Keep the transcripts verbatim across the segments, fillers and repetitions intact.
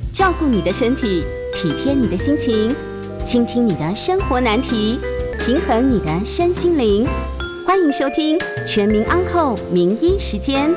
照顾你的身体，体贴你的心情，倾听你的生活难题，平衡你的身心灵。欢迎收听全民安扣名医时间。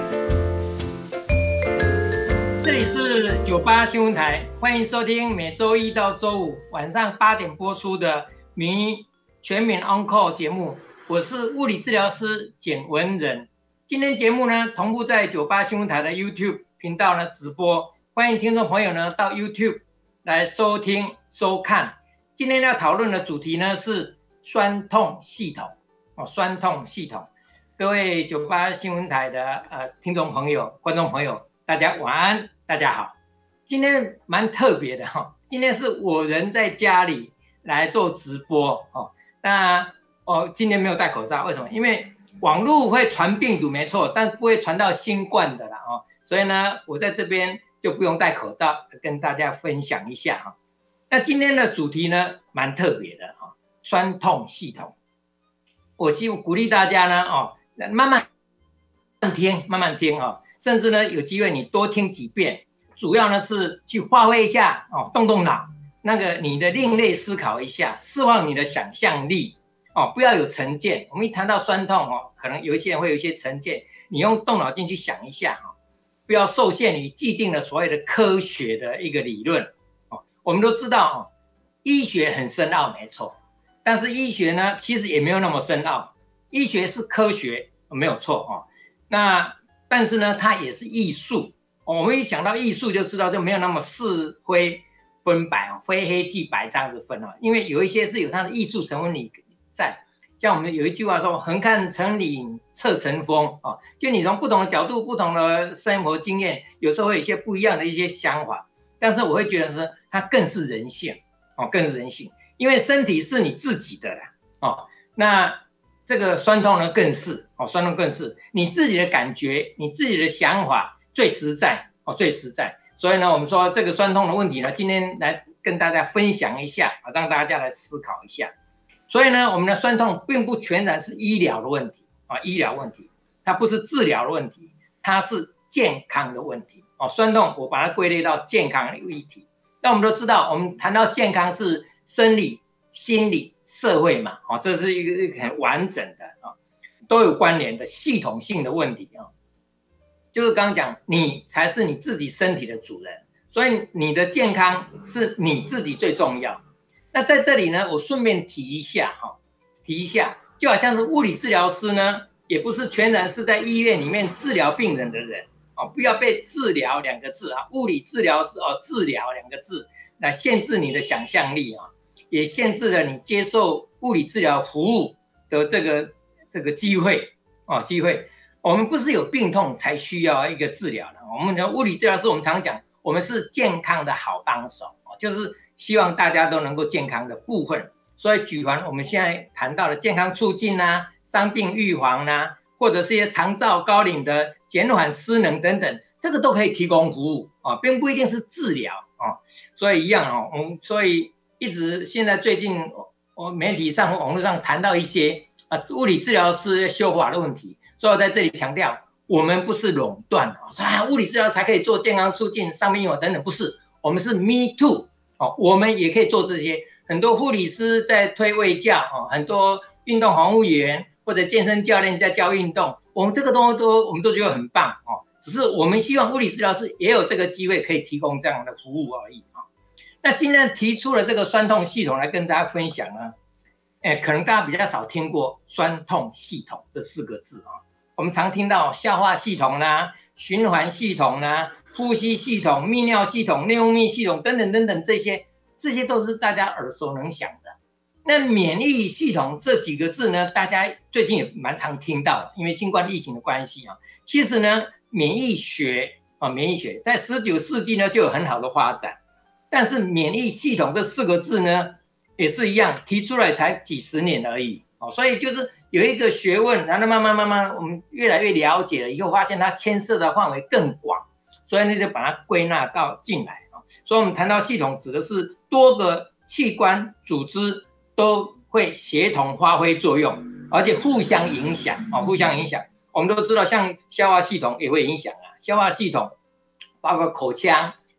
这里是九八新闻台，欢迎收听每周一到周五晚上八点播出的名医全民安扣节目。我是物理治疗师简文仁。今天节目呢，同步在九八新闻台的 YouTube 频道呢直播，欢迎听众朋友呢到 YouTube 来收听收看。今天要讨论的主题呢是酸痛系统哦，酸痛系统。各位九八新闻台的呃听众朋友、观众朋友，大家晚安，大家好。今天蛮特别的哈、哦，今天是我人在家里来做直播哦。那哦，今天没有戴口罩，为什么？因为网络会传病毒没错，但不会传到新冠的啦哦。所以呢，我在这边就不用戴口罩，跟大家分享一下哈。那今天的主题呢，蛮特别的哈，酸痛系统。我希望鼓励大家呢哦，慢慢听，慢慢听哈，甚至呢有机会你多听几遍，主要呢是去发挥一下哦，动动脑，那个你的另类思考一下，释放你的想象力。哦，不要有成见。我们一谈到酸痛哦，可能有一些人会有一些成见，你用动脑筋去想一下哈、哦，不要受限于既定的所谓的科学的一个理论哦。我们都知道哦，医学很深奥没错，但是医学呢其实也没有那么深奥。医学是科学没有错哦，那但是呢它也是艺术、哦、我们一想到艺术就知道就没有那么是非分白哦，非黑即白这样子分哦，因为有一些是有它的艺术成分里。在像我们有一句话说横看成岭侧成峰、哦、就你从不同的角度不同的生活经验有时候会有一些不一样的一些想法，但是我会觉得说它更是人性、哦、更是人性，因为身体是你自己的啦、哦、那这个酸痛呢更是、哦、酸痛更是你自己的感觉你自己的想法最实在、哦、最实在。所以呢我们说这个酸痛的问题呢今天来跟大家分享一下、哦、让大家来思考一下。所以呢，我们的酸痛并不全然是医疗的问题啊，医疗问题，它不是治疗的问题，它是健康的问题哦。酸痛我把它归类到健康的议题。那我们都知道，我们谈到健康是生理、心理、社会嘛，哦，这是一个一个很完整的啊，都有关联的系统性的问题啊。就是刚刚讲，你才是你自己身体的主人，所以你的健康是你自己最重要。那在这里呢，我顺便提一下哈，提一下，就好像是物理治疗师呢，也不是全然是在医院里面治疗病人的人哦，不要被治疗两个字啊，物理治疗师哦，治疗两个字来限制你的想象力啊，也限制了你接受物理治疗服务的这个这个机会哦，机会。我们不是有病痛才需要一个治疗的，我们的物理治疗师，我们常讲，我们是健康的好帮手哦，就是希望大家都能够健康的部分。所以举凡我们现在谈到的健康促进啊、伤病预防啊，或者是一些长照高龄的减缓失能等等，这个都可以提供服务啊，并不一定是治疗啊。所以一样哦，我们所以一直现在最近我媒体上或网络上谈到一些啊物理治疗师修法的问题，所以我在这里强调，我们不是垄断啊，说啊物理治疗才可以做健康促进、伤病预防等等，不是，我们是 me too。哦、我们也可以做这些，很多护理师在推卫教、哦、很多运动防护员或者健身教练在教运动，我们这个东西都我们都觉得很棒、哦、只是我们希望物理治疗师也有这个机会可以提供这样的服务而已、哦、那今天提出了这个酸痛系统来跟大家分享呢，哎，可能大家比较少听过酸痛系统这四个字、哦、我们常听到消化系统啦、循环系统啦、呼吸系统、泌尿系统、内分泌系统等等等等，这些这些都是大家耳熟能详的。那免疫系统这几个字呢，大家最近也蛮常听到的，因为新冠疫情的关系啊。其实呢，免疫学啊，免疫学在十九世纪呢就有很好的发展，但是免疫系统这四个字呢，也是一样提出来才几十年而已哦，所以就是有一个学问，然后慢慢慢慢我们越来越了解了以后，发现它牵涉的范围更广。所以呢，就把它归纳到进来。所以我们谈到系统，指的是多个器官组织都会协同发挥作用，而且互相影响、哦、互相影响。我们都知道，像消化系统也会影响啊，消化系统包括口腔、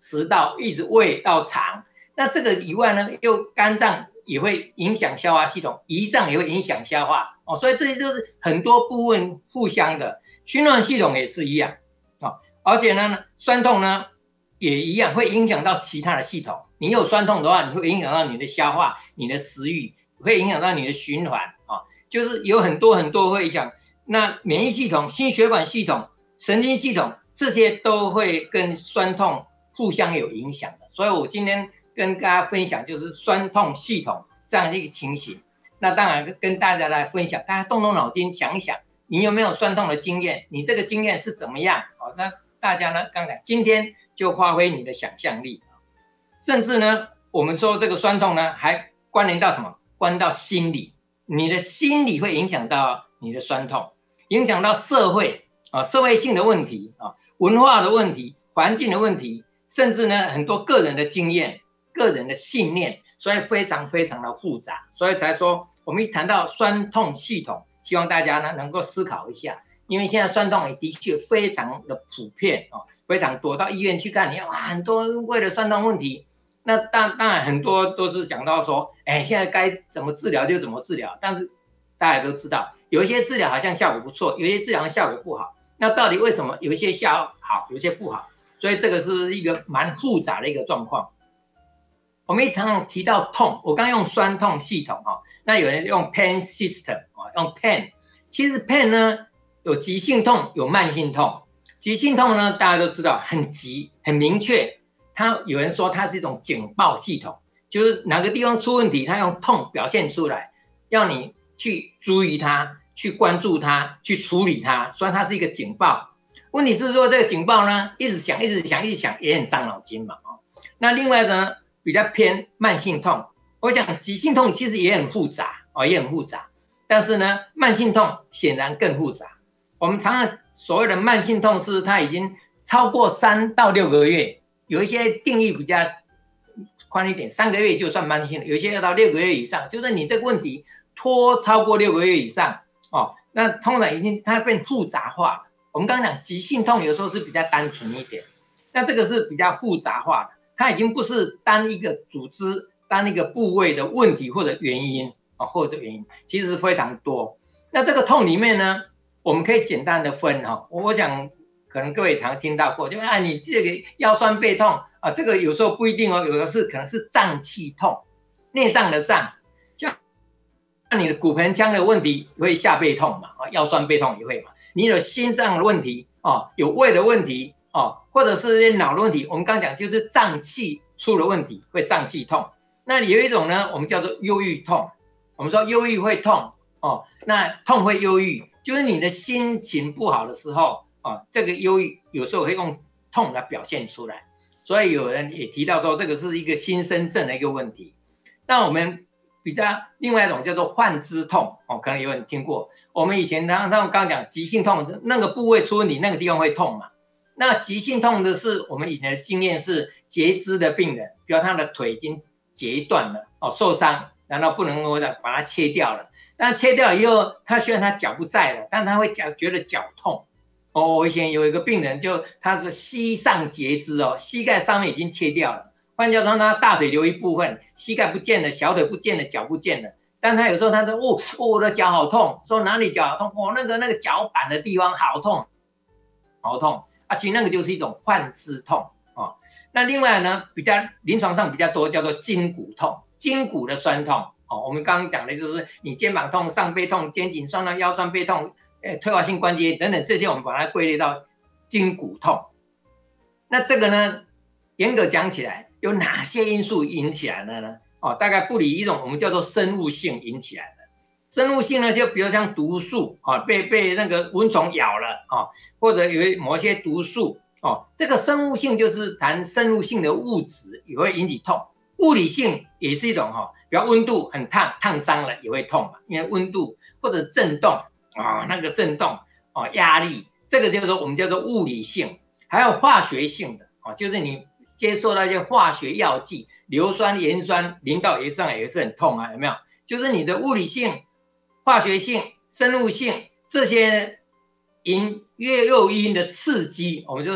食道，一直胃到肠。那这个以外呢，又肝脏也会影响消化系统，胰脏也会影响消化哦，所以这些就是很多部分互相的。循环系统也是一样哦，而且呢，酸痛呢也一样会影响到其他的系统。你有酸痛的话，你会影响到你的消化、你的食欲，会影响到你的循环啊、哦，就是有很多很多会影响。那免疫系统、心血管系统、神经系统这些都会跟酸痛互相有影响的。所以我今天跟大家分享就是酸痛系统这样的一个情形。那当然跟大家来分享，大家动动脑筋想一想，你有没有酸痛的经验？你这个经验是怎么样？哦，那大家呢，刚才今天就发挥你的想象力，甚至呢，我们说这个酸痛呢，还关联到什么？关到心理，你的心理会影响到你的酸痛，影响到社会啊，社会性的问题啊，文化的问题，环境的问题，甚至呢，很多个人的经验、个人的信念，所以非常非常的复杂，所以才说我们一谈到酸痛系统，希望大家呢能够思考一下。因为现在酸痛也的确非常的普遍哦，非常多，到医院去看，你哇，很多为了酸痛问题，那当当然很多都是讲到说，哎，现在该怎么治疗就怎么治疗，但是大家都知道，有一些治疗好像效果不错，有一些治疗效果不好，那到底为什么有一些效好，有些不好？所以这个是一个蛮复杂的一个状况。我们常常提到痛，我刚用酸痛系统哦，那有人用 pain system 哦，用 pain， 其实 pain 呢。有急性痛，有慢性痛。急性痛呢，大家都知道很急、很明确。它有人说它是一种警报系统，就是哪个地方出问题，它用痛表现出来，要你去注意它、去关注它、去处理它，所以它是一个警报。问题是说这个警报呢，一直响、一直响、一直响，也很伤脑筋嘛。那另外呢，比较偏慢性痛。我想急性痛其实也很复杂哦，也很复杂。但是呢，慢性痛显然更复杂。我们常常所谓的慢性痛是它已经超过三到六个月，有一些定义比较宽一点，三个月就算慢性，有一些要到六个月以上，就是你这个问题拖超过六个月以上哦，那通常已经它变复杂化了。我们刚刚讲急性痛有时候是比较单纯一点，那这个是比较复杂化的，它已经不是单一个组织、单一个部位的问题或者原因啊、哦，或者原因其实非常多。那这个痛里面呢？我们可以简单的分哈，我想可能各位常听到过，就啊你这个腰酸背痛啊，这个有时候不一定哦，有的是可能是脏器痛，内脏的脏，像你的骨盆腔的问题会下背痛嘛，啊腰酸背痛也会嘛，你有心脏的问题哦，有胃的问题哦，或者是脑的问题，我们刚讲就是脏器出了问题会脏器痛。那有一种呢，我们叫做忧郁痛，我们说忧郁会痛哦，那痛会忧郁。就是你的心情不好的时候啊，这个忧郁有时候会用痛来表现出来，所以有人也提到说这个是一个心身症的一个问题。那我们比较另外一种叫做患肢痛哦，可能有人听过。我们以前常常刚刚讲急性痛，那个部位出问题，那个地方会痛嘛。那急性痛的是我们以前的经验是截肢的病人，比如他的腿已经截断了哦，受伤。然后不能够把它切掉了，但切掉以后，他虽然他脚不在了，但他会脚觉得脚痛。哦，我以前有一个病人就，就他是膝上截肢哦，膝盖上面已经切掉了，换句话说，他大腿留一部分，膝盖不见了，小腿不见了，脚不见了。但他有时候他说，哦，哦我的脚好痛，说哪里脚好痛？哦，那个那个脚板的地方好痛，好痛啊！其实那个就是一种患肢痛哦。那另外呢，比较临床上比较多叫做筋骨痛。筋骨的酸痛哦，我们刚刚讲的就是你肩膀痛、上背痛、肩颈酸痛、腰酸背痛、呃退化性关节等等这些，我们把它归类到筋骨痛。那这个呢，严格讲起来，有哪些因素引起来的呢？哦，大概不离一种我们叫做生物性引起来的。生物性呢，就比如像毒素啊、哦，被被那个蚊虫咬了啊、哦，或者有某些毒素哦，这个生物性就是谈生物性的物质也会引起痛。物理性也是一种哈，比如温度很烫，烫伤了也会痛嘛，因为温度或者震动啊、哦，那个震动哦，压力，这个就是说我们叫做物理性，还有化学性的哦，就是你接受到一些化学药剂，硫酸、盐酸淋到牙上也是很痛啊，有没有？就是你的物理性、化学性、生物性这些因越诱因的刺激，我们就是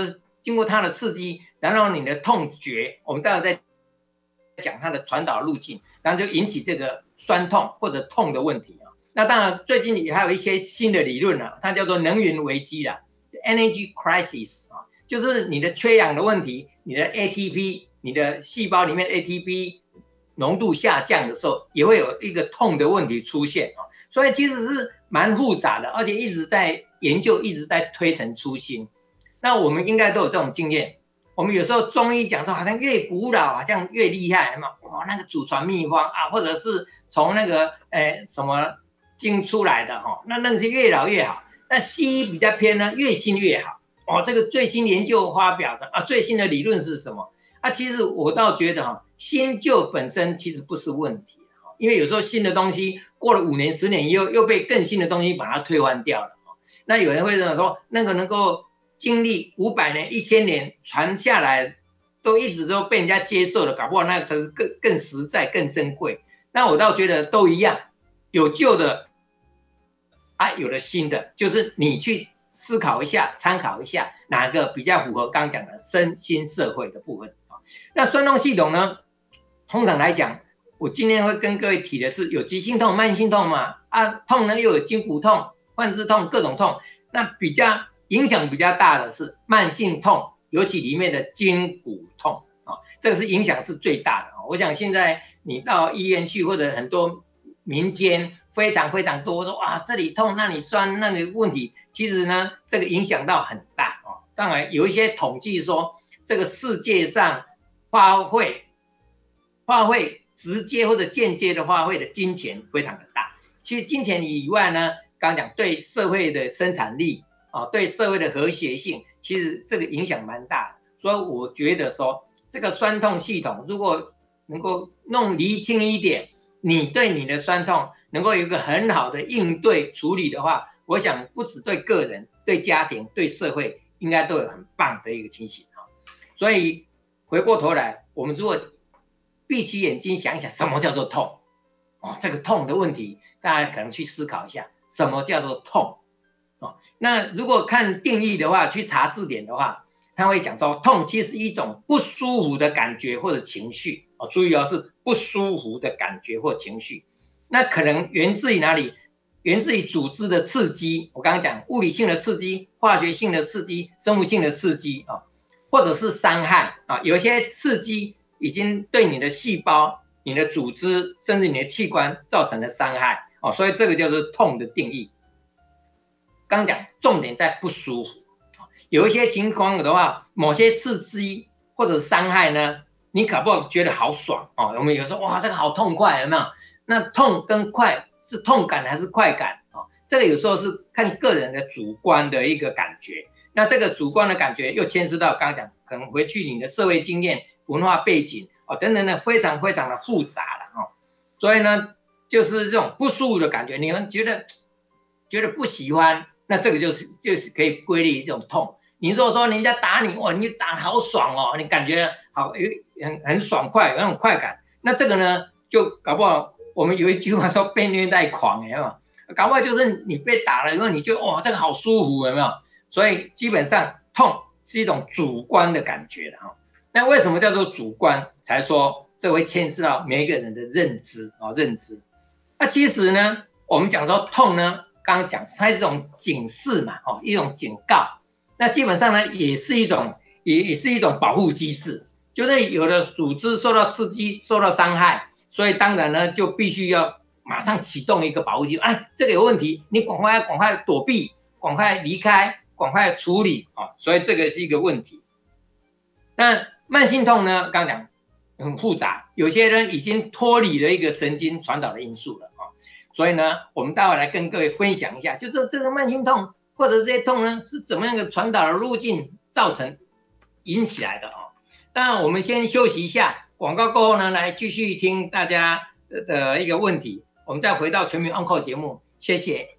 经过它的刺激，然后你的痛觉，我们待会再讲它的传导路径，然后就引起这个酸痛或者痛的问题啊。那当然，最近也还有一些新的理论啊，它叫做能源危机啦 ，energy crisis 啊，就是你的缺氧的问题，你的 A T P， 你的细胞里面 A T P 浓度下降的时候，也会有一个痛的问题出现啊。所以其实是蛮复杂的，而且一直在研究，一直在推陈出新。那我们应该都有这种经验。我们有时候中医讲说，好像越古老好像越厉害嘛，哇，那个祖传秘方啊，或者是从那个呃什么经出来的哈，那那个是越老越好。那西医比较偏呢，越新越好。哦，这个最新研究发表的啊，最新的理论是什么？啊，其实我倒觉得哈，新旧本身其实不是问题，因为有时候新的东西过了五年、十年以后，又被更新的东西把它推翻掉了。那有人会认为说，那个能够经历五百年、一千年传下来，都一直都被人家接受的，搞不好那个才是更更实在、更珍贵。那我倒觉得都一样，有旧的，啊，有了新的，就是你去思考一下、参考一下，哪个比较符合刚刚讲的身心社会的部分啊？那酸痛系统呢，通常来讲，我今天会跟各位提的是有急性痛、慢性痛嘛，啊，痛呢又有筋骨痛、患肢痛、各种痛，那比较影响比较大的是慢性痛，尤其里面的筋骨痛啊，这个是影响是最大的。我想现在你到医院去，或者很多民间非常非常多说哇这里痛那里酸那里问题，其实呢这个影响到很大哦。当然有一些统计说，这个世界上花费花费直接或者间接的花费的金钱非常的大。其实金钱以外呢，刚刚讲对社会的生产力啊，对社会的和谐性，其实这个影响蛮大的。所以我觉得说，这个酸痛系统如果能够弄厘清一点，你对你的酸痛能够有一个很好的应对处理的话，我想不只对个人、对家庭、对社会，应该都有很棒的一个情形。所以回过头来，我们如果闭起眼睛想一想，什么叫做痛？哦，这个痛的问题，大家可能去思考一下，什么叫做痛？哦，那如果看定义的话，去查字典的话，他会讲说，痛其实是一种不舒服的感觉或者情绪。哦，注意哦，是不舒服的感觉或情绪。那可能源自于哪里？源自于组织的刺激。我刚刚讲物理性的刺激、化学性的刺激、生物性的刺激啊，或者是伤害啊。有些刺激已经对你的细胞、你的组织，甚至你的器官造成了伤害哦，所以这个就是痛的定义。刚讲重点在不舒服。有一些情况的话，某些刺激或者伤害呢，你搞不好觉得好爽哦。我们有时候哇，这个好痛快，有没有？那痛跟快是痛感还是快感啊？这个有时候是看个人的主观的一个感觉。那这个主观的感觉又牵涉到刚刚讲，可能回去你的社会经验、文化背景哦等等的，非常非常的复杂了哦。所以呢，就是这种不舒服的感觉，你们觉得觉得不喜欢，那这个就是就是可以归类这种痛。你如果说人家打你，哇，你打得好爽哦，你感觉好很很爽快，有那种快感，那这个呢，就搞不好我们有一句话说被虐待狂，有没有？搞不好就是你被打了以后，你就哇这个好舒服，有没有？所以基本上痛是一种主观的感觉的哈。那为什么叫做主观？才说这会牵涉到每一个人的认知啊，认知。那其实呢，我们讲说痛呢，刚刚讲它是一种警示嘛，哦，一种警告。那基本上呢，也是一种也也是一种保护机制，就是有的组织受到刺激、受到伤害，所以当然呢，就必须要马上启动一个保护机制。哎，这个有问题，你赶快赶快躲避，赶快离开，赶快处理啊、哦！所以这个是一个问题。那慢性痛呢，刚刚讲很复杂，有些人已经脱离了一个神经传导的因素了啊、哦。所以呢，我们待会来跟各位分享一下，就是这个慢性痛。或者这些痛呢是怎么样的传导的路径造成引起来的哦？那我们先休息一下，广告过后呢，来继续听大家的一个问题，我们再回到全民 Uncle 节目，谢谢。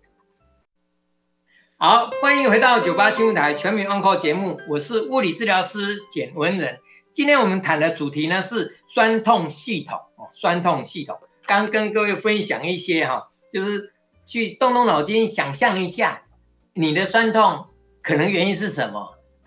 好，欢迎回到九八新闻台全民 Uncle 节目，我是物理治疗师简文仁。今天我们谈的主题呢是酸痛系统哦，酸痛系统。刚跟各位分享一些哈、哦，就是去动动脑筋，想象一下。你的酸痛可能原因是什么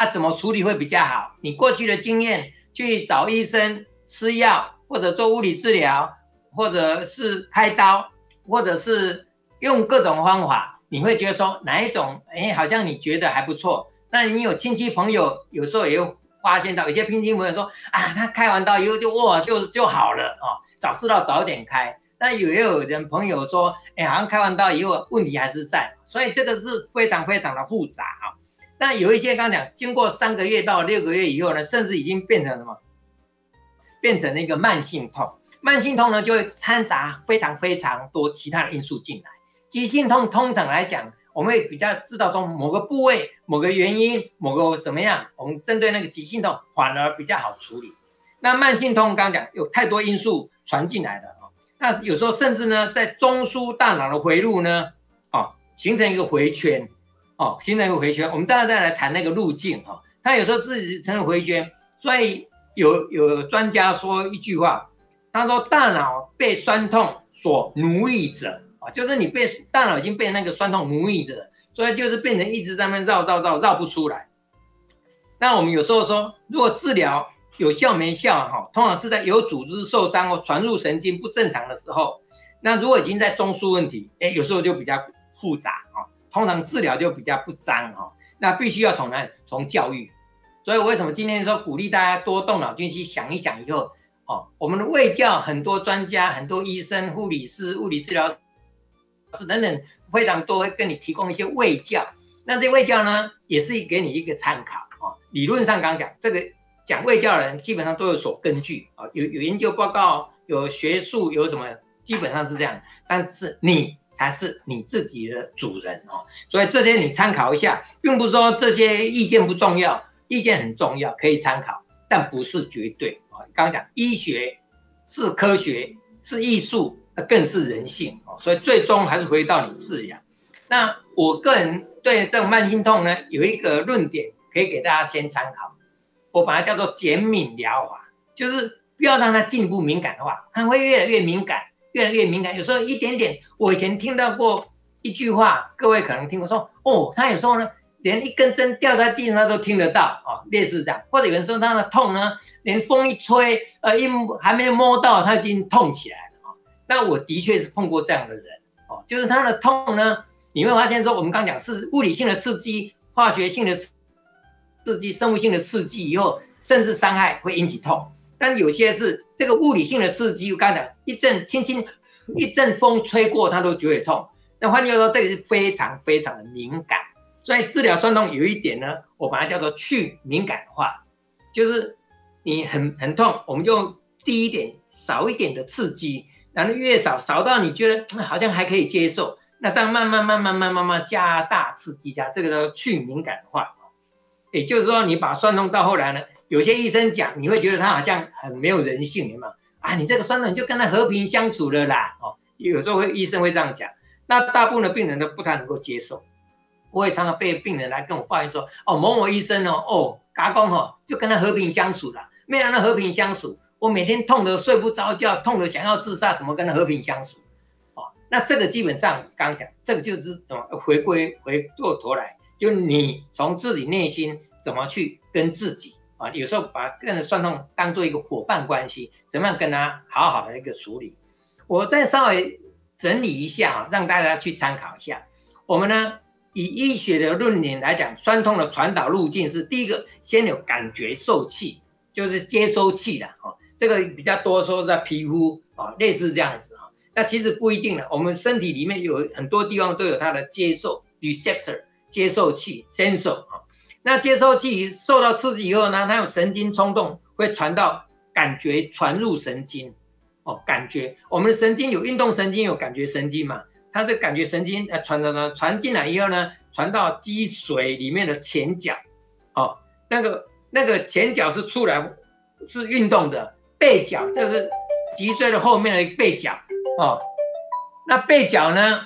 啊，怎么处理会比较好？你过去的经验去找医生吃药，或者做物理治疗，或者是开刀，或者是用各种方法，你会觉得说哪一种，哎，好像你觉得还不错。那你有亲戚朋友，有时候也会发现到，有些亲戚朋友说啊，他开完刀以后就哇就就好了哦，早知道早点开。那也有人朋友说，哎，好像开完刀以后问题还是在，所以这个是非常非常的复杂啊。那有一些刚刚讲，经过三个月到六个月以后呢，甚至已经变成什么？变成了一个慢性痛。慢性痛呢，就会掺杂非常非常多其他的因素进来。急性痛通常来讲，我们会比较知道说某个部位、某个原因、某个怎么样，我们针对那个急性痛反而比较好处理。那慢性痛刚刚讲有太多因素传进来了啊，那有时候甚至呢，在中枢大脑的回路呢，哦，形成一个回圈，哦，形成一个回圈。我们待会再来谈那个路径啊，它有时候自己成了回圈，所以有有专家说一句话，他说大脑被酸痛所奴役着。就是你被大脑已经被那个酸痛奴役着，所以就是变成一直在那绕绕绕绕不出来。那我们有时候说，如果治疗有效没效，通常是在有组织受伤或传入神经不正常的时候。那如果已经在中枢问题，有时候就比较复杂，通常治疗就比较不彰。那必须要从哪里？从教育。所以为什么今天说鼓励大家多动脑筋去想一想以后，我们的卫教很多专家、很多医生、护理师、物理治疗等等非常多，会跟你提供一些卫教。那这卫教呢，也是给你一个参考啊。理论上刚讲，这个讲卫教的人基本上都有所根据啊，有有研究报告，有学术，有什么，基本上是这样。但是你才是你自己的主人哦，所以这些你参考一下，并不是说这些意见不重要，意见很重要，可以参考，但不是绝对啊。刚刚讲医学是科学，是艺术，更是人性，所以最终还是回到你自然。那我个人对这种慢性痛呢，有一个论点可以给大家先参考，我把它叫做减敏疗法，就是不要让它进一步敏感的话，它会越来越敏感，越来越敏感。有时候一点点，我以前听到过一句话，各位可能听过说，哦，他有时候呢，连一根针掉在地上他都听得到，哦，类似这样。或者有人说他的痛呢，连风一吹，呃，一还没有摸到，他已经痛起来了。那我的确是碰过这样的人，哦，就是他的痛呢，你会发现说，我们刚讲是物理性的刺激、化学性的刺激、生物性的刺激以后，甚至伤害会引起痛。但有些是这个物理性的刺激，我刚讲一阵轻轻一阵风吹过，他都觉得痛。那换句话说，这个是非常非常的敏感。所以治疗酸痛有一点呢，我把它叫做去敏感化，就是你很很痛，我们就低一点、少一点的刺激。然后越少，少到你觉得、嗯、好像还可以接受，那这样慢慢慢慢慢慢慢加大刺激加，这个叫去敏感化。也就是说，你把酸痛到后来呢，有些医生讲，你会觉得他好像很没有人性，有没有？啊，你这个酸痛你就跟他和平相处了啦，哦，有时候会医生会这样讲，那大部分的病人都不太能够接受。我也常常被病人来跟我抱怨说，哦，某某医生哦，哦，嘎公哦，就跟他和平相处了，没让他和平相处。我每天痛得睡不着觉，痛得想要自杀，怎么跟他和平相处？哦，那这个基本上刚刚讲，这个就是怎么回归回过头来，就你从自己内心怎么去跟自己啊，有时候把个人的酸痛当做一个伙伴关系，怎么样跟他好好的一个处理。我再稍微整理一下啊，让大家去参考一下。我们呢，以医学的论点来讲，酸痛的传导路径是第一个，先有感觉受器，就是接收器的哦。这个比较多说是在皮肤啊，类似这样子啊。那其实不一定了，我们身体里面有很多地方都有它的接受 receptor 接受器 sensor 啊。那接收器受到刺激以后呢，它有神经冲动，会传到感觉传入神经哦。感觉我们的神经有运动神经，有感觉神经嘛。它这感觉神经呃传的呢，传进来以后呢，传到脊髓里面的前角哦。那个那个前角是出来是运动的。背角，这是脊椎的后面的背角哦。那背角呢？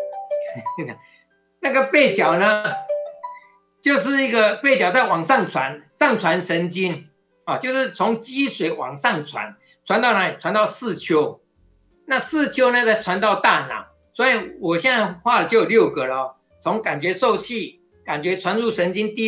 那个背角呢，就是一个背角在往上传，上传神经啊，就是从脊髓往上传，传到哪里？传到视丘。那视丘呢，再传到大脑。所以我现在画的就有六个了，从感觉受器、感觉传入神经，第二，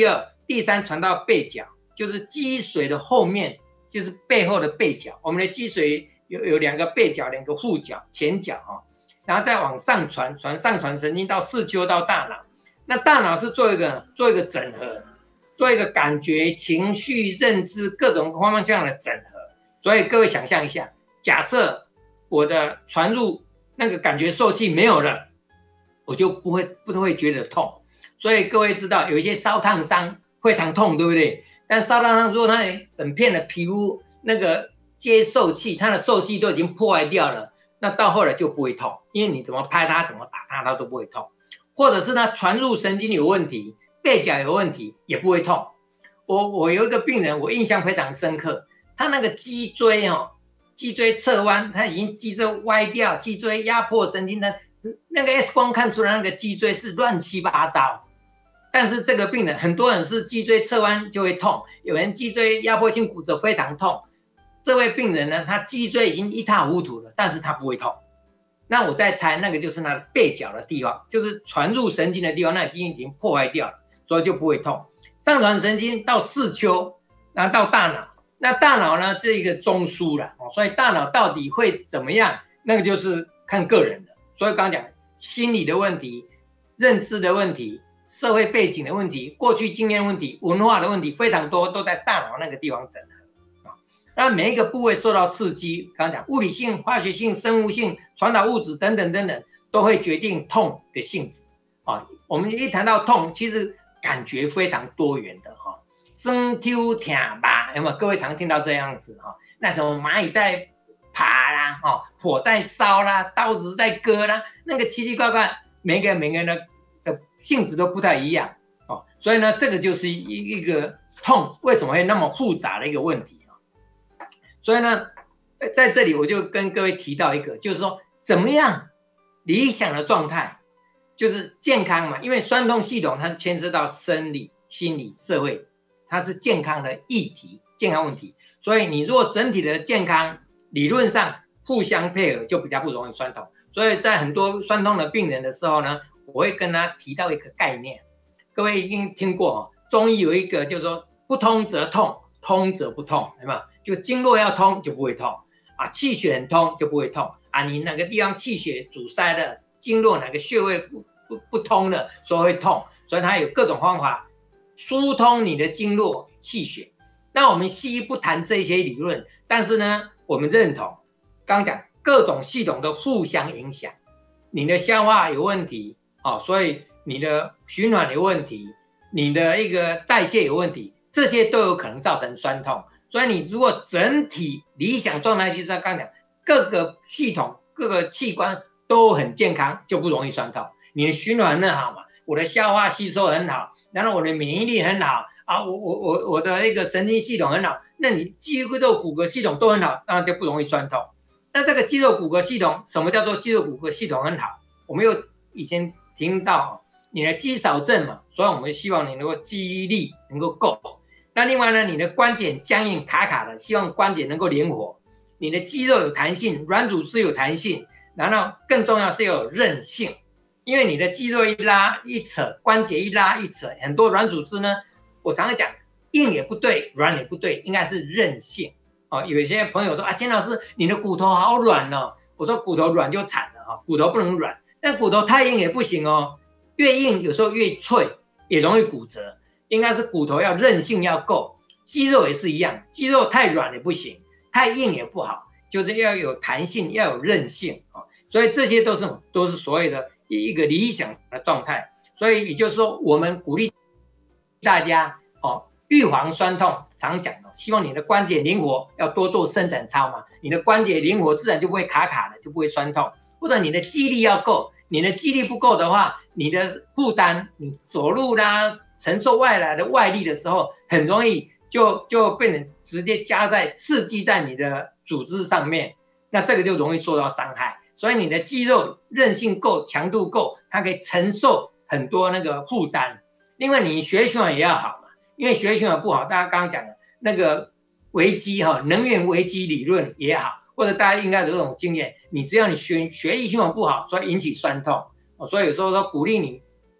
第三传到背角，就是脊髓的后面，就是背后的背角。我们的脊髓有有两个背角，两个副角、前角哈，然后再往上传，传上传神经到视丘到大脑。那大脑是做一个做一个整合，做一个感觉、情绪、认知各种方向的整合。所以各位想象一下，假设我的传入那个感觉受器没有了，我就不会不会觉得痛。所以各位知道有一些烧烫伤非常痛，对不对？但烧烫伤如果它整片的皮肤那个接受器，它的受器都已经破坏掉了，那到后来就不会痛，因为你怎么拍它怎么打它它都不会痛。或者是它传入神经有问题，背角有问题也不会痛。我我有一个病人我印象非常深刻，他那个脊椎哦，脊椎侧弯，他已经脊椎歪掉，脊椎压迫神经的那个 X 光看出来那个脊椎是乱七八糟。但是这个病人很多人是脊椎侧弯就会痛，有人脊椎压迫性骨折非常痛。这位病人呢，他脊椎已经一塌糊涂了，但是他不会痛。那我在猜那个就是他的背角的地方，就是传入神经的地方，那已经已经破坏掉了，所以就不会痛。上传神经到视丘，然后到大脑，那大脑呢这一个中枢了，所以大脑到底会怎么样，那个就是看个人的。所以刚刚讲心理的问题、认知的问题、社会背景的问题、过去经验问题、文化的问题非常多，都在大脑那个地方整合。那每一个部位受到刺激，刚刚讲物理性、化学性、生物性、传导物质等等等等，都会决定痛的性质啊。我们一谈到痛，其实感觉非常多元的哈，酸、痛、痛、麻，有没有？各位常听到这样子哈？那种蚂蚁在爬啦，哈，火在烧啦，刀子在割啦，那个奇奇怪怪，每个人每个人的的性质都不太一样哦。所以呢，这个就是一一个痛为什么会那么复杂的一个问题。所以呢，在这里我就跟各位提到一个，就是说怎么样理想的状态，就是健康嘛。因为酸痛系统它是牵涉到生理、心理、社会，它是健康的议题、健康问题。所以你如果整体的健康，理论上互相配合，就比较不容易酸痛。所以在很多酸痛的病人的时候呢，我会跟他提到一个概念，各位一定听过哦，中医有一个就是说不通则痛，通则不痛，有没有？就经络要通就不会痛啊，气血很通就不会痛啊。你哪个地方气血阻塞了，经络哪个穴位不不不通了，所以会痛。所以它有各种方法疏通你的经络气血。那我们西医不谈这些理论，但是呢，我们认同刚刚讲各种系统的互相影响。你的消化有问题啊，所以你的循环有问题，你的一个代谢有问题，这些都有可能造成酸痛。所以你如果整体理想状态，就是刚刚讲各个系统各个器官都很健康，就不容易酸痛。你的循环很好嘛，我的消化吸收很好，然后我的免疫力很好啊，我我我我的一个神经系统很好，那你肌肉骨骼系统都很好，当然就不容易酸痛。那这个肌肉骨骼系统，什么叫做肌肉骨骼系统很好？我们又以前听到你的肌少症嘛，所以我们希望你能够肌力能够够。那另外呢，你的关节僵硬卡卡的，希望关节能够灵活，你的肌肉有弹性，软组织有弹性，然后更重要是要有韧性，因为你的肌肉一拉一扯，关节一拉一扯，很多软组织呢，我常常讲硬也不对，软也不对，应该是韧性哦。有些朋友说啊，金老师你的骨头好软哦，我说骨头软就惨了哦，骨头不能软，但骨头太硬也不行哦，越硬有时候越脆，也容易骨折。应该是骨头要韧性要够，肌肉也是一样，肌肉太软也不行，太硬也不好，就是要有弹性，要有韧性啊。所以这些都是都是所谓的一个理想的状态。所以也就是说，我们鼓励大家哦，预防酸痛，常讲的，希望你的关节灵活，要多做伸展操嘛，你的关节灵活，自然就不会卡卡的，就不会酸痛。或者你的肌力要够，你的肌力不够的话，你的负担，你走路啦。承受外来的外力的时候，很容易就就被人直接加在刺激在你的组织上面，那这个就容易受到伤害。所以你的肌肉韧性够，强度够，它可以承受很多那个负担。另外，你血循环也要好嘛，因为血循环不好，大家刚刚讲的那个危机哈，能源危机理论也好，或者大家应该有这种经验，你只要你血血液循环不好，所以引起酸痛，所以有时候说鼓励你。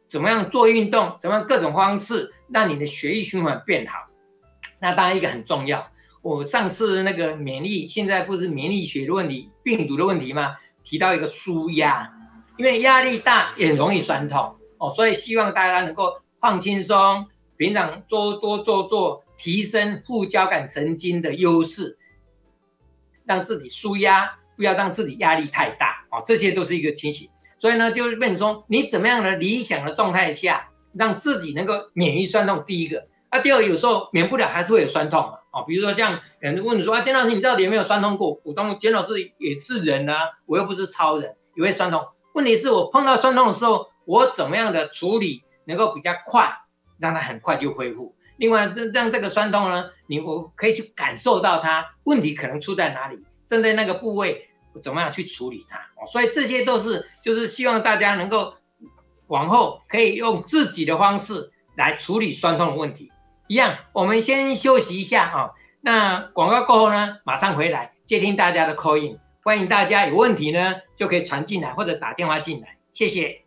怎么样做运动，怎么样各种方式让你的血液循环变好。那当然一个很重要，我上次那个免疫，现在不是免疫学的问题，病毒的问题吗？提到一个舒压，因为压力大也很容易酸痛哦，所以希望大家能够放轻松，平常多多做做，提升副交感神经的优势，让自己舒压，不要让自己压力太大哦，这些都是一个情形。所以呢，就变成说，你怎么样的理想的状态下，让自己能够免于酸痛。第一个，啊，第二个有时候免不了还是会有酸痛嘛，哦，比如说像有人问你说啊，简老师你到底有没有酸痛过？我当简老师也是人啊，我又不是超人，也会酸痛。问题是我碰到酸痛的时候，我怎么样的处理能够比较快，让它很快就恢复。另外，让这个酸痛呢，你我可以去感受到它问题可能出在哪里，针对那个部位怎么样去处理它。所以这些都是就是希望大家能够往后可以用自己的方式来处理酸痛的问题。一样，我们先休息一下啊。那广告过后呢，马上回来接听大家的 call in， 欢迎大家有问题呢就可以传进来或者打电话进来，谢谢。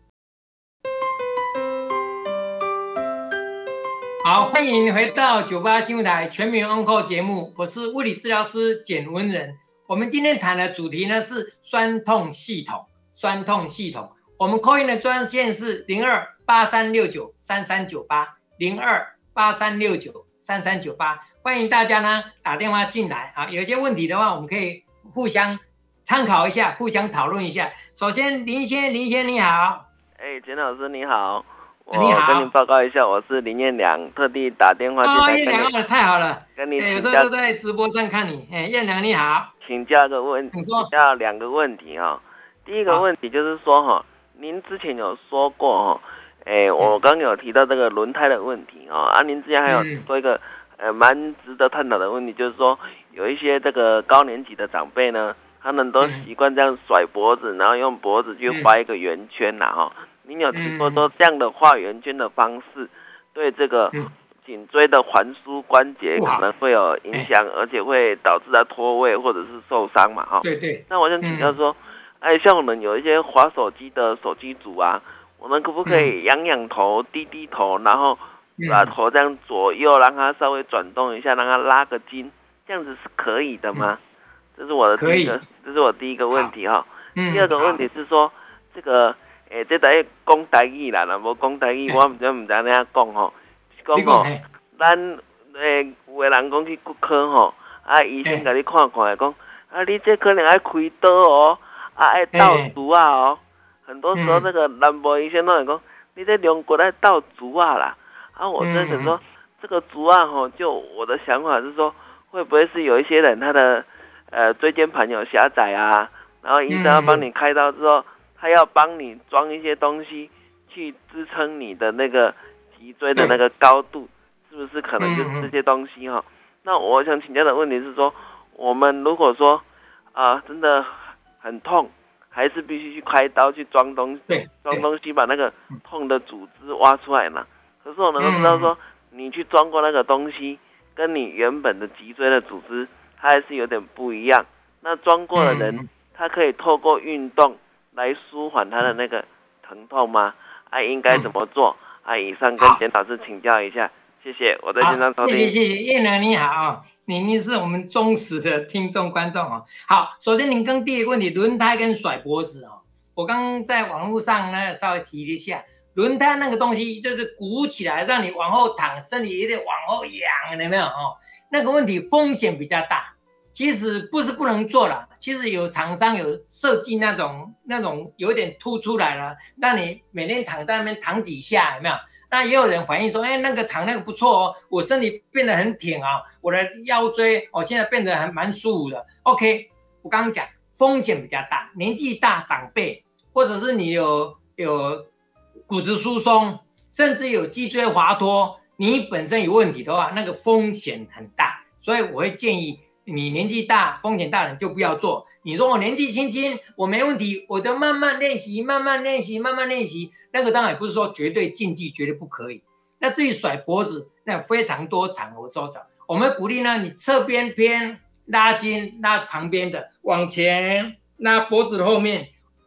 好，欢迎回到九八新闻台全民 Uncle 节目，我是物理治疗师简文仁。我们今天谈的主题呢是酸痛系统，酸痛系统。我们 call in 的专线是零二八三六九三三九八零二八三六九三三九八，欢迎大家呢打电话进来啊，有些问题的话，我们可以互相参考一下，互相讨论一下。首先，林先，林先你好。 哎，简老师你好。 你好， 我跟您报告一下，我是林彦良，特地打电话进来。 哦，彦良哦，太好了， 跟你有时候都在直播上看你。哎，彦良你好， 请教个问题，请教两个问题哈、哦。第一个问题就是说哈、哦，您之前有说过哈、哦，哎，我刚有提到这个轮胎的问题哦，啊，您之前还有说一个、嗯、呃蛮值得探讨的问题，就是说有一些这个高年级的长辈呢，他们都习惯这样甩脖子，然后用脖子去画一个圆圈呐哈。嗯您有听说说这样的画圆圈的方式，对这个颈椎的环枢关节可能会有影响，而且会导致它脱位或者是受伤嘛？哈。 对对。 那我想请教说，哎，像我们有一些滑手机的手机族啊，我们可不可以仰仰头、低低头，然后把头这样左右让它稍微转动一下，让它拉个筋，这样子是可以的吗？这是我的第一个，这是我第一个问题哈。第二个问题是说这个。诶、欸，这在讲台语啦，若无讲台语，我唔知唔知安怎讲吼。讲吼，咱诶有个人讲去骨科吼，啊医生甲你看看，讲啊你这可能爱开刀哦，啊爱倒竹啊哦。很多时候那个南部医生都会讲，你这两骨爱倒竹啊啦。啊，我真想说，这个竹啊吼，就我的想法是说，会不会是有一些人他的呃椎间盘有狭窄啊，然后医生要帮你开刀之后。他要帮你装一些东西去支撑你的那个脊椎的那个高度，是不是可能就是这些东西哈？那我想请教的问题是说，我们如果说啊、呃、真的很痛，还是必须去开刀去装东西，装东西把那个痛的组织挖出来呢？可是我能够知道说，你去装过那个东西，跟你原本的脊椎的组织，它还是有点不一样。那装过的人，他可以透过运动来舒缓他的那个疼痛吗？啊，应该怎么做？啊，以上跟简老师请教一下，谢谢。我在现场收听。 谢谢谢谢，叶良你好，您是我们忠实的听众观众哦。好，首先您刚第一个问题，轮胎跟甩脖子哦，我刚刚在网络上呢稍微提了一下，轮胎那个东西就是鼓起来，让你往后躺，身体有点往后仰，有没有哦？那个问题风险比较大。其实不是不能做了，其实有厂商有设计那种那种有点凸出来了，让你每天躺在那边躺几下，有没有？那也有人反映说，哎，那个躺那个不错哦，我身体变得很挺啊，我的腰椎哦现在变得还蛮舒服的。OK， 我刚刚讲风险比较大，年纪大长辈，或者是你有有骨质疏松，甚至有脊椎滑脱，你本身有问题的话，那个风险很大，所以我会建议。你年纪大，风险大的人就不要做。你说我年纪轻轻，我没问题，我就慢慢练习，慢慢练习，慢慢练习。那个当然也不是说绝对禁忌，绝对不可以。那至于甩脖子，那非常多场合周找。我们鼓励呢，你侧边偏拉筋，拉旁边的，往前拉脖子的后面，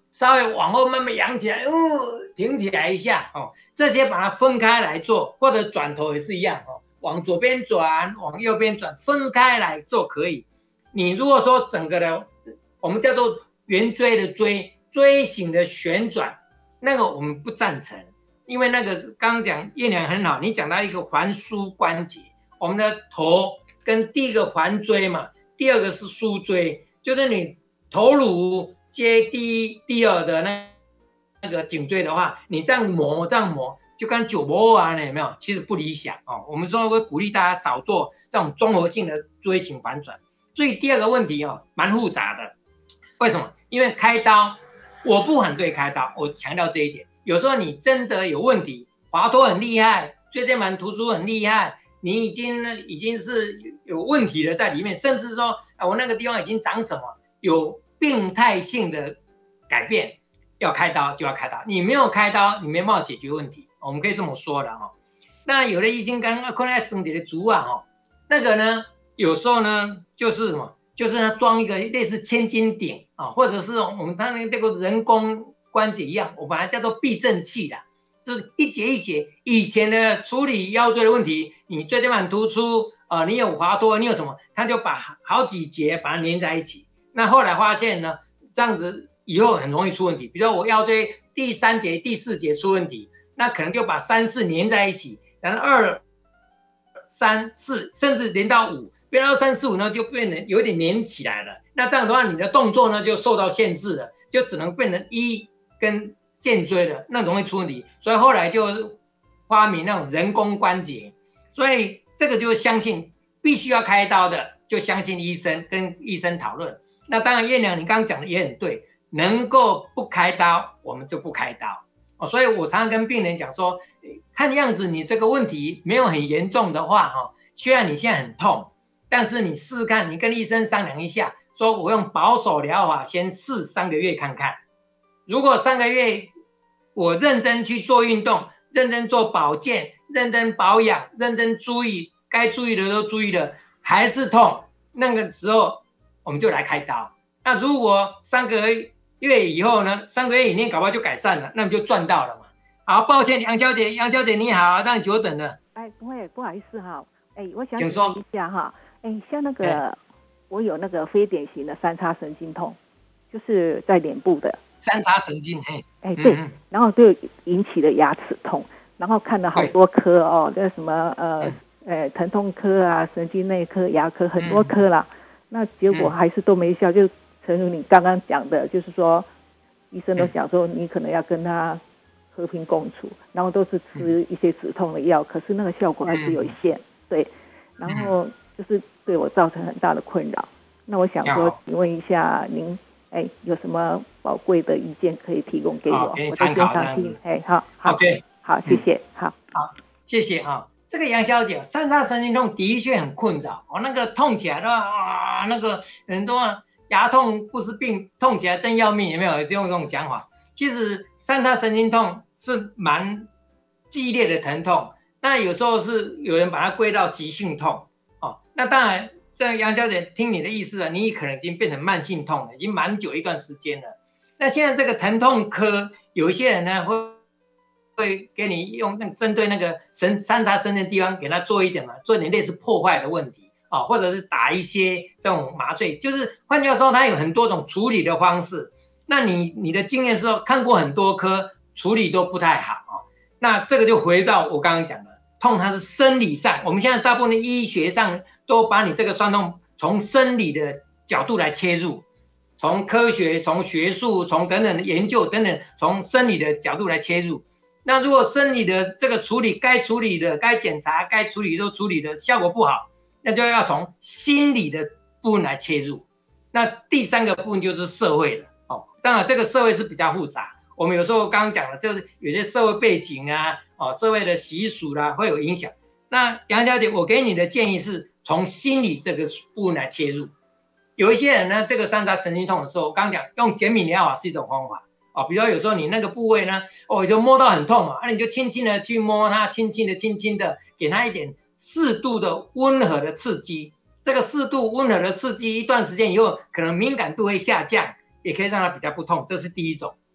稍微往后慢慢扬起来，哦，挺起来一下哦，这些把它分开来做，或者转头也是一样哦，往左边转，往右边转，分开来做可以。你如果说整个的，我们叫做圆锥的锥，锥形的旋转，那个我们不赞成，因为那个刚刚讲叶良很好，你讲到一个环枢关节，我们的头跟第一个环锥嘛，第二个是枢锥，就是你头颅接第一、第二的那那个颈椎的话，你这样磨这样磨，就跟九磨啊，有没有？其实不理想哦。我们说会鼓励大家少做这种综合性的锥形反转。所以第二个问题哦，蛮复杂的。为什么？因为开刀，我不反对开刀，我强调这一点。有时候你真的有问题，滑脱很厉害，椎间盘突出很厉害，你已经已经是有问题了在里面，甚至说啊，我那个地方已经长什么，有病态性的改变，要开刀就要开刀。你没有开刀，你没办法解决问题，我们可以这么说的哦。那有的医生刚刚看到身体的主啊，哦，那个呢，有时候呢就是什么，就是他装一个类似千斤顶啊，或者是我们他那个这个人工关节一样，我把它叫做避震器的，就是一节一节。以前的处理腰椎的问题，你椎间盘突出，呃，你有滑脱，你有什么，他就把好几节把它连在一起。那后来发现呢，这样子以后很容易出问题。比如说我腰椎第三节、第四节出问题，那可能就把三四连在一起，然后二、三、四，甚至连到五，变到三四五呢，就变成有点连起来了。那这样的话，你的动作呢就受到限制了，就只能变成一跟肩椎了，那容易出问题。所以后来就发明那种人工关节。所以这个就相信必须要开刀的，就相信医生，跟医生讨论。那当然，叶良你刚刚讲的也很对，能够不开刀，我们就不开刀。哦，所以我常常跟病人讲说，看样子你这个问题没有很严重的话，哦，虽然你现在很痛，但是你试试看，你跟医生商量一下，说我用保守疗法先试三个月看看。如果三个月我认真去做运动，认真做保健，认真保养，认真注意该注意的都注意了，还是痛，那个时候我们就来开刀。那如果三个月以后呢，三个月以内搞不好就改善了，那你就赚到了嘛。好，抱歉，杨小姐，杨小姐你好，让你久等了。 哎，不会，不好意思哈。哎，我想请说一下哈。哎，像那个、哎、我有那个非典型的三叉神经痛，就是在脸部的三叉神经，嘿， 哎对， 嗯、 然后就引起了牙齿痛，然后看了好多科哦，这什么呃、嗯、呃疼痛科啊、神经内科、牙科很多科啦，嗯、那结果还是都没效，就诚如你刚刚讲的，就是说医生都讲说你可能要跟他和平共处，然后都是吃一些止痛的药，可是那个效果还是有限，对，然后就是对我造成很大的困扰。那我想说，请问一下您，哎，有什么宝贵的意见可以提供给我？ 给你我参考这样子。哎，好，好 ，OK， 好，谢谢，好， 好，谢谢啊。这个杨小姐，三叉神经痛的确很困扰，哦，那个痛起来的啊，那个人说牙痛不是病，痛起来真要命，有没有用这种讲法？其实三叉神经痛是蛮激烈的疼痛，那有时候是有人把它归到急性痛，哦，那当然。这杨小姐听你的意思啊，你可能已经变成慢性痛了，已经蛮久一段时间了。那现在这个疼痛科有一些人呢，会会给你用那针对那个神三叉神经的地方给他做一点嘛，做一点类似破坏的问题啊，或者是打一些这种麻醉，就是换句话说，它有很多种处理的方式。那你你的经验是说看过很多科，处理都不太好啊。那这个就回到我刚刚讲的。痛它是生理上，我们现在大部分的医学上都把你这个酸痛从生理的角度来切入，从科学、从学术、从等等的研究等等，从生理的角度来切入。那如果生理的这个处理该处理的、该检查、该处理都处理的效果不好，那就要从心理的部分来切入。那第三个部分就是社会了哦，当然这个社会是比较复杂。我们有时候刚刚讲了，就是有些社会背景啊，哦，社会的习俗啦、啊、会有影响。那杨小姐，我给你的建议是从心理这个部分来切入。有一些人呢，这个三叉神经痛的时候，我刚刚讲用减敏疗法是一种方法哦，比如说有时候你那个部位呢，哦，就摸到很痛嘛，那、啊、你就轻轻的去摸它，轻轻的、轻轻的给它一点适度的温和的刺激。这个适度温和的刺激，一段时间以后，可能敏感度会下降，也可以让它比较不痛，这是第一种。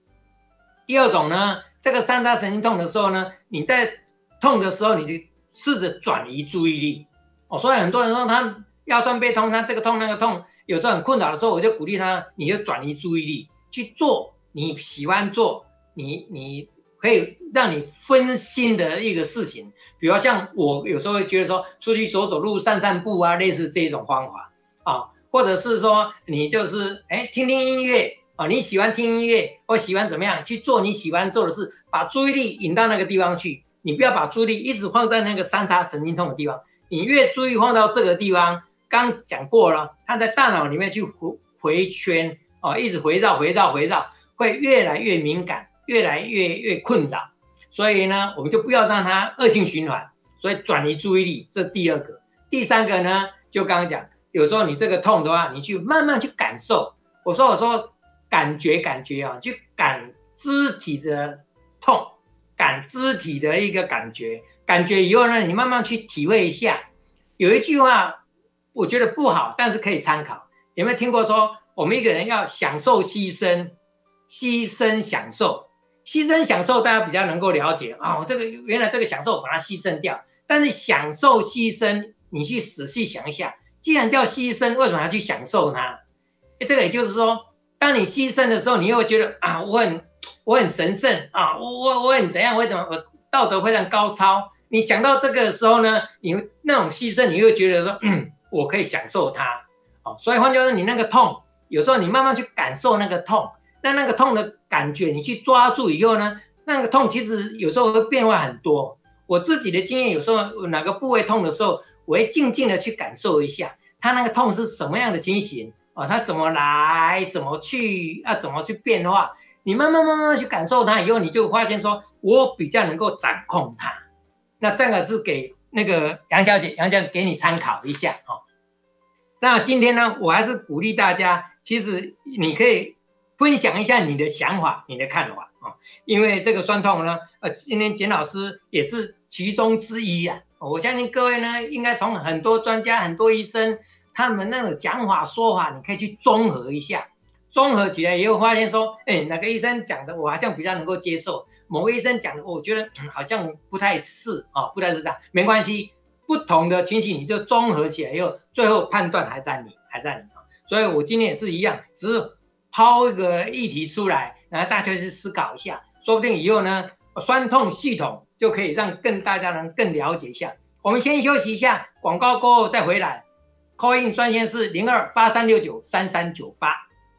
第二种呢，这个三叉神经痛的时候呢，你在痛的时候，你就试着转移注意力。哦，所以很多人说他腰酸背痛，他这个痛那个痛，有时候很困扰的时候，我就鼓励他，你就转移注意力，去做你喜欢做，你你可以让你分心的一个事情。比如像我有时候会觉得说，出去走走路、散散步啊，类似这种方法啊，或者是说你就是哎听听音乐啊，你喜欢听音乐或喜欢怎么样去做你喜欢做的事，把注意力引到那个地方去，你不要把注意力一直放在那个三叉神经痛的地方，你越注意放到这个地方，刚讲过了，它在大脑里面去回回圈哦，一直回绕回绕回绕，会越来越敏感，越来越越困扰。所以呢，我们就不要让它恶性循环，所以转移注意力，这第二个。第三个呢，就刚刚讲，有时候你这个痛的话，你去慢慢去感受。我说我说感觉感觉啊，去感肢体的痛，感肢体的一个感觉，感觉以后呢，你慢慢去体会一下。有一句话我觉得不好，但是可以参考。有没有听过说，我们一个人要享受牺牲，牺牲享受？牺牲享受大家比较能够了解啊、哦，这个原来这个享受把它牺牲掉，但是享受牺牲，你去仔细想一下，既然叫牺牲，为什么要去享受它？这个也就是说，当你牺牲的时候，你又会觉得啊，我很我很神圣啊，我我我很怎样，我怎么我道德非常高超。你想到这个的时候呢，你那种牺牲，你会觉得说，嗯，我可以享受它。哦，所以换句话说，你那个痛，有时候你慢慢去感受那个痛。那那个痛的感觉，你去抓住以后呢，那个痛其实有时候会变化很多。我自己的经验，有时候哪个部位痛的时候，我会静静的去感受一下，它那个痛是什么样的情形啊、哦？它怎么来，怎么去啊？怎么去变化？你慢慢慢慢去感受它以后，你就发现说，我比较能够掌控它。那这个是给那个杨小姐，杨小姐给你参考一下哦。那今天呢，我还是鼓励大家，其实你可以分享一下你的想法，你的看法啊、哦，因为这个酸痛呢，呃，今天简老师也是其中之一啊。我相信各位呢，应该从很多专家、很多医生他们那种讲法说法，你可以去综合一下，综合起来也会发现说，哎，哪个医生讲的我好像比较能够接受，某个医生讲的我觉得、嗯、好像不太是啊、哦，不太是这样，没关系，不同的情形你就综合起来以后，最后判断还在你，还在你啊。所以我今天也是一样，只是抛一个议题出来，然后大家去思考一下，说不定以后呢，酸痛系统就可以让更大家能更了解一下。我们先休息一下，广告过后再回来。call in 专线是零二八三六九三三九八。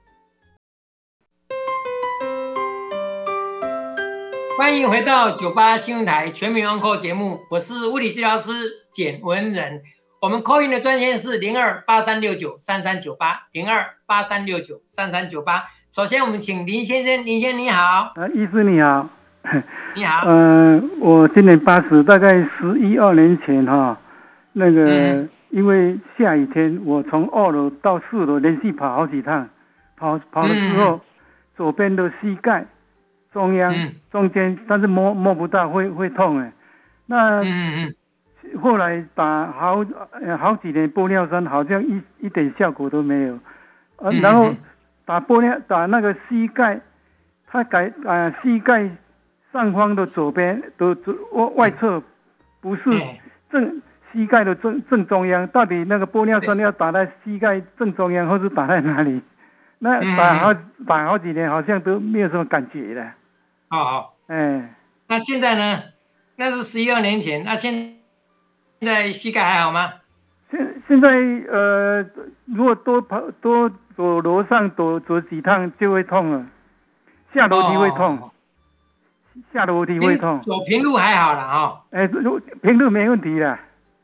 欢迎回到九八新闻台全民 Uncle 节目，我是物理治疗师简文仁。我们 call in 的专线是零二八三六九三三九八，零二八三六九三三九八。首先，我们请林先生，林先生你好。 呃，医师你好。 你好。 呃，我今年八十，大概十一二年前哈，那个、嗯、因为下雨天，我从二楼到四楼连续跑好几趟，跑跑了之后，嗯、左边的膝盖中央、嗯、中间，但是摸摸不到，会会痛哎。那嗯嗯。后来打好呃好几年玻尿酸，好像一一点效果都没有，呃，然后打玻尿打那个膝盖，他改啊、呃、膝盖上方的左边的外外侧，不是正膝盖的正正中央，到底那个玻尿酸要打在膝盖正中央，或是打在哪里？那打好打好几年，好像都没有什么感觉了。 好好， 哎， 那现在呢？那是十一二年前，那现现在膝盖还好吗？ 现现在呃，如果多跑多走楼上走走几趟就会痛了，下楼梯会痛，哦、下楼梯会痛。 走平路还好了哈、哦。 哎，平路没问题了。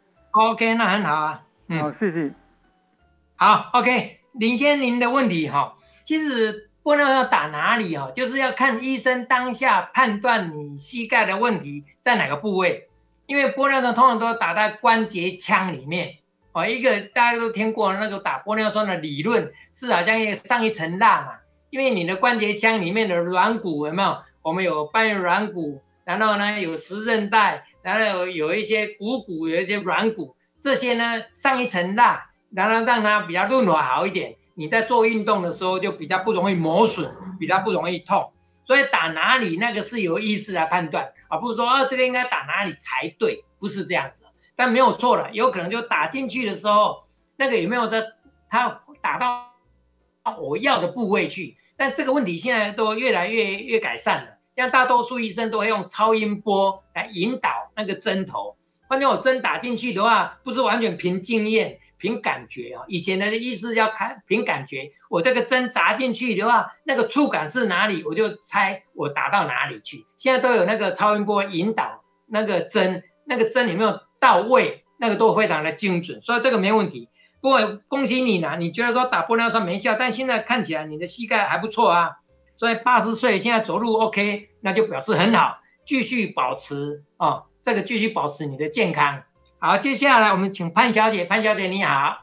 OK， 那很好啊。 嗯，好，谢谢。 好 ，OK， 林先生您的问题哈、哦，其实玻尿酸打哪里哦，就是要看医生当下判断你膝盖的问题在哪个部位。因为玻尿酸通常都打在关节腔里面哦，一个大家都听过那个打玻尿酸的理论是好像上一层蜡嘛，因为你的关节腔里面的软骨有没有？我们有半月软骨，然后呢有十韧带，然后有一些股骨，有一些软骨，这些呢上一层蜡，然后让它比较润滑好一点，你在做运动的时候就比较不容易磨损，比较不容易痛。 所以打哪里那个是由医师来判断啊，不是说啊这个应该打哪里才对，不是这样子。但没有错了，有可能就打进去的时候，那个有没有的，它打到我要的部位去。但这个问题现在都越来越越改善了，像大多数医生都会用超音波来引导那个针头。反正我针打进去的话，不是完全凭经验、凭感觉啊。以前的医师要看凭感觉，我这个针扎进去的话，那个触感是哪里，我就猜我打到哪里去。现在都有那个超音波引导那个针，那个针有没有到位，那个都非常的精准，所以这个没问题。不过恭喜你呢，你觉得说打玻尿酸没效，但现在看起来你的膝盖还不错啊，所以八十岁现在走路 OK， 那就表示很好，继续保持哦，这个继续保持你的健康。好，接下来我们请潘小姐，潘小姐你好，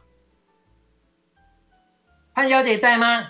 潘小姐在吗？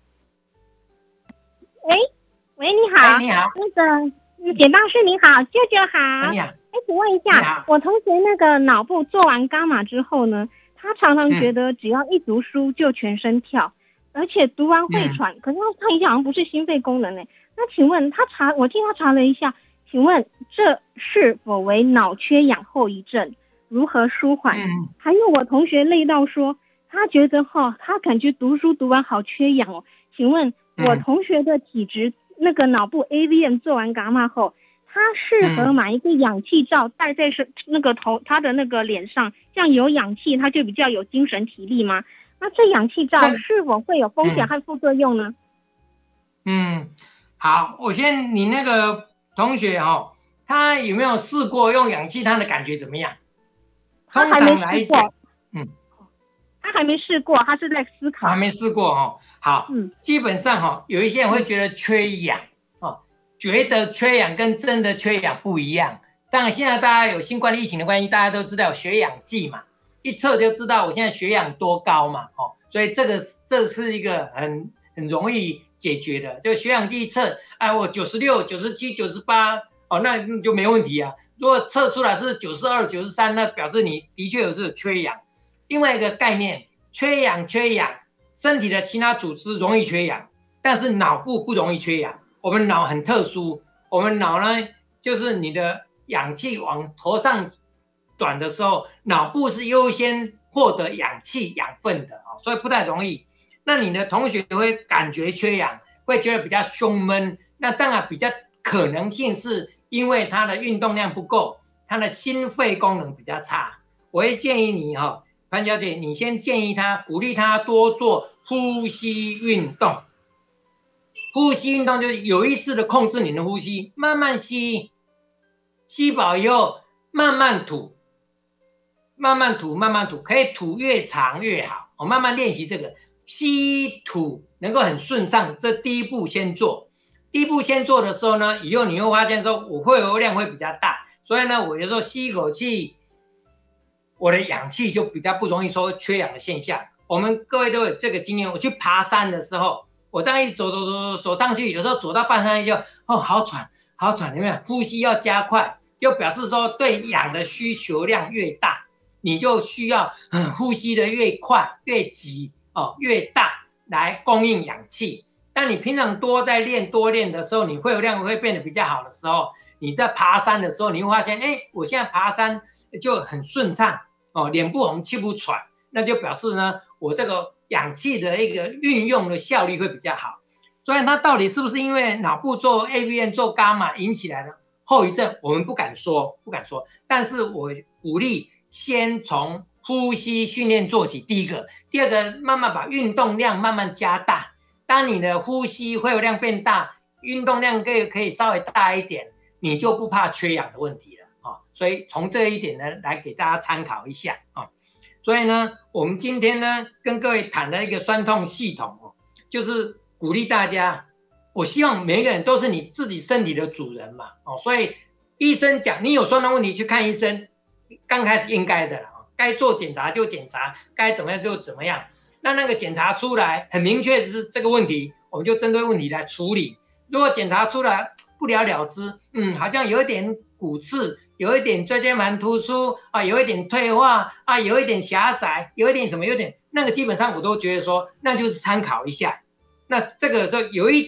喂喂，你好， 哎你好， 那个简大师你好，舅舅好， 你好， 哎，请问一下，我同学那个脑部做完伽马之后呢？他常常觉得只要一读书就全身跳，嗯、而且读完会喘。嗯、可是他影响好像不是心肺功能呢。那请问他查，我替他查了一下，请问这是否为脑缺氧后遗症？如何舒缓？嗯、还有我同学累到说，他觉得哈，他感觉读书读完好缺氧哦。请问我同学的体质，嗯、那个脑部 A V M 做完伽马后。他适合买一个氧气罩戴在是那个头他的那个脸上，这样有氧气他就比较有精神体力吗？那这氧气罩是否会有风险和副作用呢？ 嗯，好，我先你那个同学哈、哦，他有没有试过用氧气？他的感觉怎么样？ 他还没试过， 嗯， 他还没试过，他是在思考， 还没试过哈、哦。好，嗯，基本上哈、哦，有一些人会觉得缺氧。觉得缺氧跟真的缺氧不一样。当然现在大家有新冠疫情的关系，大家都知道有血氧计嘛，一测就知道我现在血氧多高嘛，哦，所以这个这是一个很很容易解决的，就血氧计一测，哎，我九十六、九十七、九十八，哦，那就没问题啊。如果测出来是九十二、九十三，那表示你的确有这个缺氧。另外一个概念，缺氧缺氧，身体的其他组织容易缺氧，但是脑部不容易缺氧。我们脑很特殊，我们脑呢，就是你的氧气往头上转的时候，脑部是优先获得氧气养分的啊，所以不太容易。那你的同学会感觉缺氧，会觉得比较胸闷，那当然比较可能性是因为他的运动量不够，他的心肺功能比较差。我会建议你哈，潘小姐，你先建议他，鼓励他多做呼吸运动。呼吸运动就是有意识的控制你的呼吸，慢慢吸，吸饱以后慢慢吐，慢慢吐，慢慢吐，可以吐越长越好。我慢慢练习这个吸吐能够很顺畅，这第一步先做。第一步先做的时候呢，以后你会发现说我肺活量会比较大，所以呢，我有时候吸一口气，我的氧气就比较不容易说缺氧的现象。我们各位都有这个经验，我去爬山的时候。我这样一走走走走上去，有时候走到半山就哦好喘好喘，有没有？呼吸要加快，就表示说对氧的需求量越大，你就需要、嗯、呼吸的越快越急哦越大来供应氧气。但你平常多在练多练的时候，你肺活量会变得比较好的时候，你在爬山的时候，你会发现，哎，我现在爬山就很顺畅哦，脸不红气不喘，那就表示呢，我这个。氧气的一个运用的效率会比较好，所以它到底是不是因为脑部做 A V M 做伽马引起来的后遗症，我们不敢说，不敢说。但是我鼓励先从呼吸训练做起，第一个，第二个，慢慢把运动量慢慢加大。当你的呼吸肺活量变大，运动量可以可以稍微大一点，你就不怕缺氧的问题了啊、哦。所以从这一点呢，来给大家参考一下啊。哦所以呢，我们今天呢跟各位谈了一个酸痛系统哦，就是鼓励大家，我希望每一个人都是你自己身体的主人嘛哦，所以医生讲你有酸痛问题去看医生，刚开始应该的啦，该做检查就检查，该怎么样就怎么样。那那个检查出来很明确是这个问题，我们就针对问题来处理。如果检查出来不了了之，嗯，好像有一点骨刺。有一点椎间盘突出啊，有一点退化啊，有一点狭窄，有一点什么，有点那个基本上我都觉得说，那就是参考一下。那这个时候有一点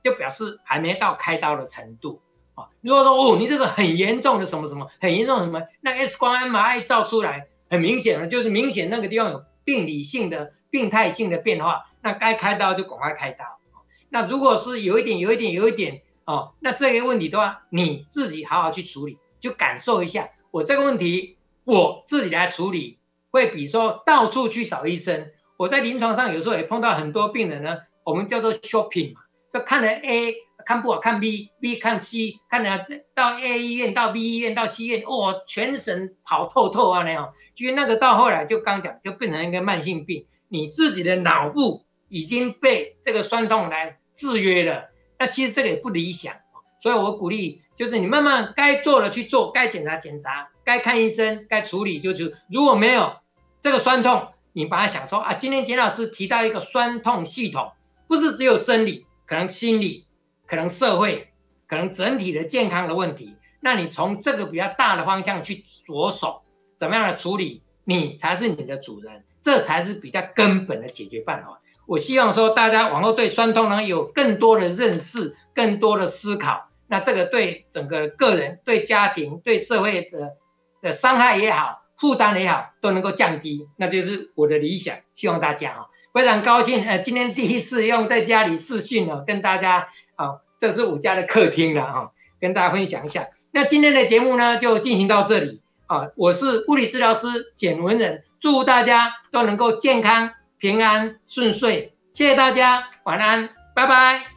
就表示还没到开刀的程度。啊，如果说哦，你这个很严重的什么什么，很严重的什么，那 X 光 M R I 照出来，很明显的就是明显那个地方有病理性的、病态性的变化，那该开刀就赶快开刀。那如果是有一点、有一点、有一点哦，那这个问题的话，你自己好好去处理，就感受一下，我这个问题我自己来处理，会比说到处去找医生。我在临床上有时候也碰到很多病人呢，我们叫做 shopping 嘛，就看了 A。看不好看 B，B 看 C， 看了到 A 医院到 B 医院到 C 医院，哦，全身跑透透啊那样，其实那个到后来就刚讲就变成一个慢性病，你自己的脑部已经被这个酸痛来制约了，那其实这个也不理想，所以我鼓励就是你慢慢该做的去做，该检查检查，该看医生该处理就处理，如果没有这个酸痛，你把它想说啊，今天简老师提到一个酸痛系统，不是只有生理，可能心理。可能社会，可能整体的健康的问题，那你从这个比较大的方向去着手，怎么样的处理，你才是你的主人，这才是比较根本的解决办法。我希望说大家往后对酸痛呢有更多的认识，更多的思考，那这个对整个个人、对家庭、对社会的的伤害也好，负担也好，都能够降低，那就是我的理想。希望大家哈，非常高兴，呃，今天第一次用在家里视讯哦，跟大家啊，这是我家的客厅了哈，跟大家分享一下。那今天的节目呢，就进行到这里啊。我是物理治疗师简文仁，祝大家都能够健康、平安、顺遂。谢谢大家，晚安，拜拜。